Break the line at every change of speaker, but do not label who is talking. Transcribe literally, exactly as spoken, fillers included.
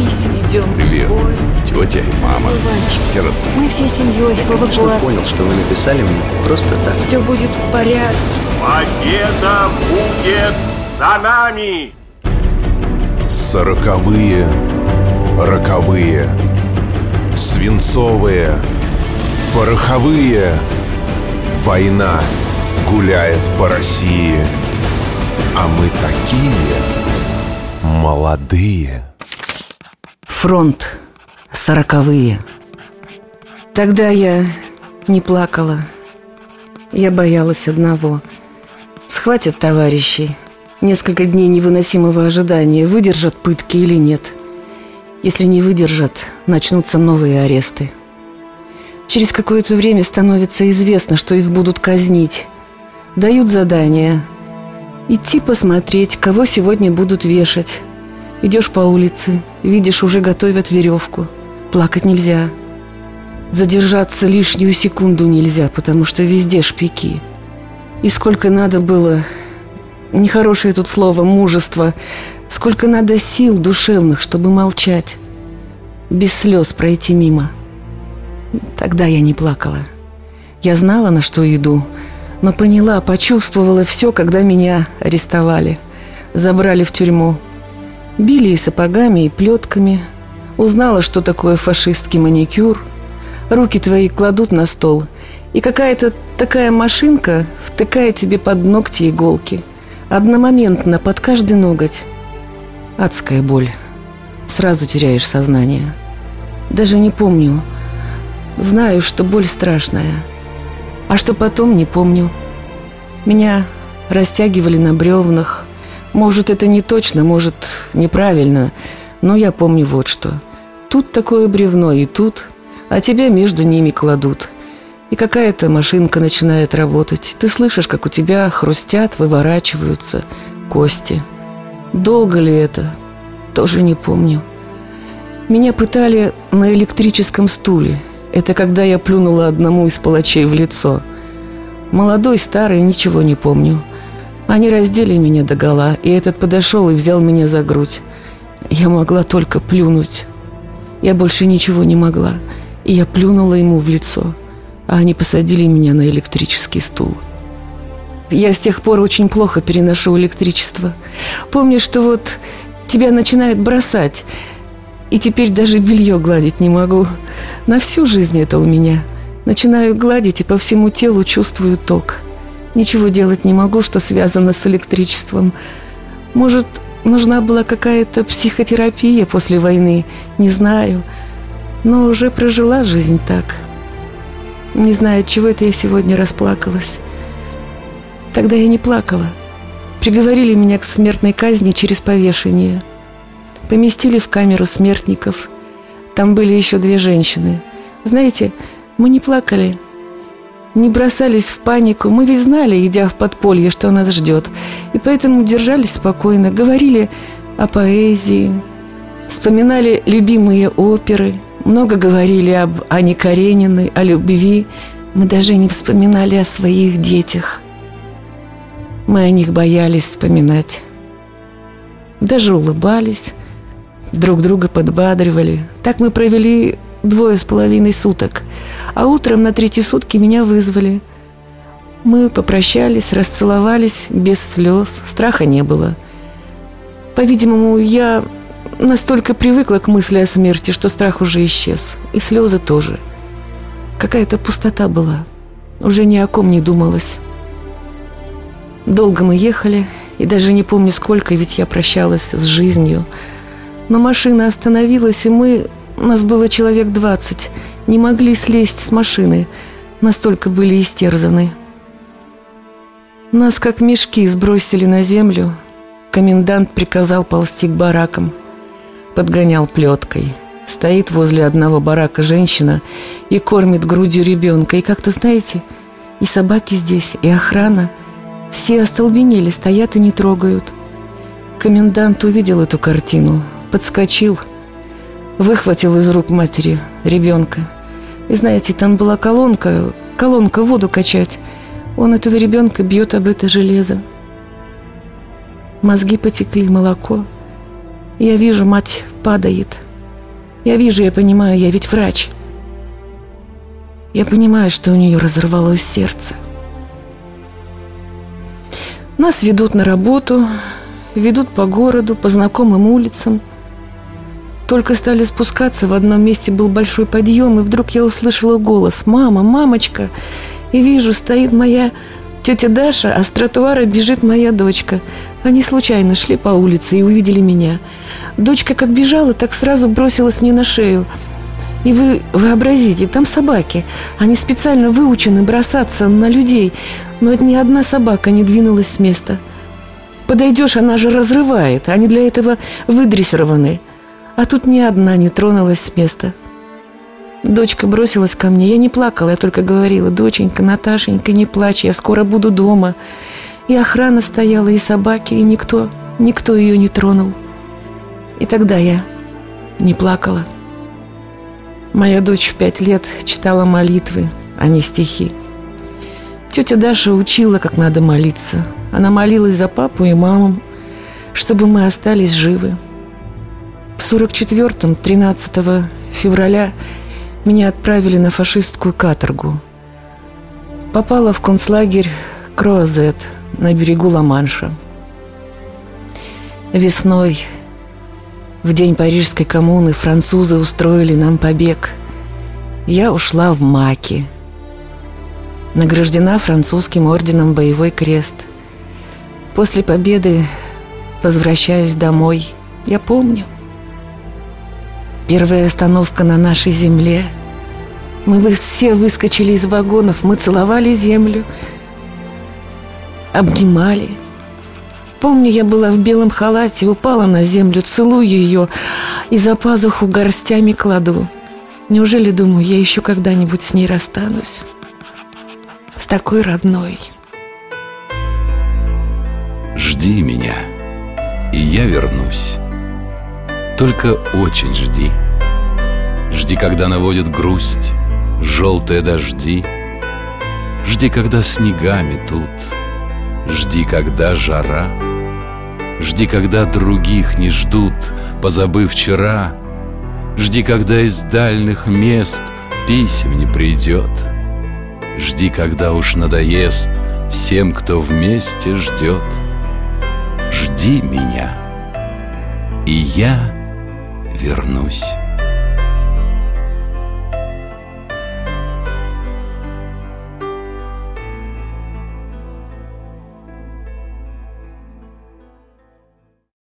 Соберись, идем
Привет,
в бой.
тетя и мама.
Мальчик,
Все равно.
мы всей семьей в
Конечно,
эвакуации.
понял, что вы написали мне просто так.
Все будет в порядке.
Победа будет за нами!
Сороковые, роковые, свинцовые, пороховые. Война гуляет по России, а мы такие молодые.
Фронт. Сороковые. Тогда я не плакала. Я боялась одного. Схватят товарищей. Несколько дней невыносимого ожидания. Выдержат пытки или нет. Если не выдержат, начнутся новые аресты. Через какое-то время становится известно, что их будут казнить. Дают задание. Идти посмотреть, кого сегодня будут вешать. Идешь по улице, видишь, уже готовят веревку. Плакать нельзя. Задержаться лишнюю секунду нельзя, потому что везде шпики. И сколько надо было, нехорошее тут слово, мужество, сколько надо сил душевных, чтобы молчать, без слез пройти мимо. Тогда я не плакала. Я знала, на что иду, но поняла, почувствовала все, когда меня арестовали. Забрали в тюрьму. Били и сапогами, и плетками. Узнала, что такое фашистский маникюр. Руки твои кладут на стол, и какая-то такая машинка втыкает тебе под ногти иголки. Одномоментно, под каждый ноготь. Адская боль. Сразу теряешь сознание. Даже не помню. Знаю, что боль страшная. А что потом, не помню. Меня растягивали на бревнах. Может, это не точно, может, неправильно, но я помню вот что. Тут такое бревно и тут, а тебя между ними кладут. И какая-то машинка начинает работать. Ты слышишь, как у тебя хрустят, выворачиваются кости. Долго ли это? Тоже не помню. Меня пытали на электрическом стуле. Это когда я плюнула одному из палачей в лицо. Молодой, старый, ничего не помню. Они раздели меня догола, и этот подошел и взял меня за грудь. Я могла только плюнуть. Я больше ничего не могла. И я плюнула ему в лицо. А они посадили меня на электрический стул. Я с тех пор очень плохо переношу электричество. Помню, что вот тебя начинают бросать. И теперь даже белье гладить не могу. На всю жизнь это у меня. Начинаю гладить, и по всему телу чувствую ток. Ничего делать не могу, что связано с электричеством. Может, нужна была какая-то психотерапия после войны, не знаю. Но уже прожила жизнь так. Не знаю, от чего это я сегодня расплакалась. Тогда я не плакала. Приговорили меня к смертной казни через повешение. Поместили в камеру смертников. Там были еще две женщины. Знаете, мы не плакали, не бросались в панику. Мы ведь знали, идя в подполье, что нас ждет. И поэтому держались спокойно, говорили о поэзии, вспоминали любимые оперы, много говорили об Анне Карениной, о любви. Мы даже не вспоминали о своих детях. Мы о них боялись вспоминать. Даже улыбались, друг друга подбадривали. Так мы провели двое с половиной суток. А утром на третьи сутки меня вызвали. Мы попрощались, расцеловались без слез. Страха не было. По-видимому, я настолько привыкла к мысли о смерти, что страх уже исчез. И слезы тоже. Какая-то пустота была. Уже ни о ком не думалось. Долго мы ехали, и даже не помню сколько, ведь я прощалась с жизнью. Но машина остановилась, и мы... Нас было человек двадцать. Не могли слезть с машины. Настолько были истерзаны. Нас, как мешки, сбросили на землю. Комендант приказал ползти к баракам. Подгонял плеткой. Стоит возле одного барака женщина и кормит грудью ребенка. И как-то, знаете, и собаки здесь, и охрана. Все остолбенели, стоят и не трогают. Комендант увидел эту картину, подскочил, выхватил из рук матери ребенка. И знаете, там была колонка, колонка воду качать. Он этого ребенка бьет об это железо. Мозги потекли, молоко. Я вижу, мать падает. Я вижу, я понимаю, я ведь врач. Я понимаю, что у нее разорвалось сердце. Нас ведут на работу, ведут по городу, по знакомым улицам. Только стали спускаться, в одном месте был большой подъем, и вдруг я услышала голос: «Мама, мамочка!» И вижу, стоит моя тетя Даша, а с тротуара бежит моя дочка. Они случайно шли по улице и увидели меня. Дочка как бежала, так сразу бросилась мне на шею. И вы вообразите, там собаки. Они специально выучены бросаться на людей, но ни одна собака не двинулась с места. Подойдешь, она же разрывает, они для этого выдрессированы. А тут ни одна не тронулась с места. Дочка бросилась ко мне. Я не плакала, я только говорила: «Доченька, Наташенька, не плачь, я скоро буду дома». И охрана стояла, и собаки, и никто, никто ее не тронул. И тогда я не плакала. Моя дочь в пять лет читала молитвы, а не стихи. Тетя Даша учила, как надо молиться. Она молилась за папу и маму, чтобы мы остались живы. В сорок четвёртом, тринадцатого февраля, меня отправили на фашистскую каторгу. Попала в концлагерь Круазет на берегу Ла-Манша. Весной, в день Парижской коммуны, французы устроили нам побег. Я ушла в Маки. Награждена французским орденом Боевой крест. После победы возвращаюсь домой. Я помню. Первая остановка на нашей земле. Мы вы все выскочили из вагонов, мы целовали землю, обнимали. Помню, я была в белом халате, упала на землю, целую ее и за пазуху горстями кладу. Неужели, думаю, я еще когда-нибудь с ней расстанусь? С такой родной.
Жди меня, и я вернусь. Только очень жди. Жди, когда наводит грусть желтые дожди. Жди, когда снега метут. Жди, когда жара. Жди, когда других не ждут, позабыв вчера. Жди, когда из дальних мест писем не придет. Жди, когда уж надоест всем, кто вместе ждет. Жди меня, и я вернусь.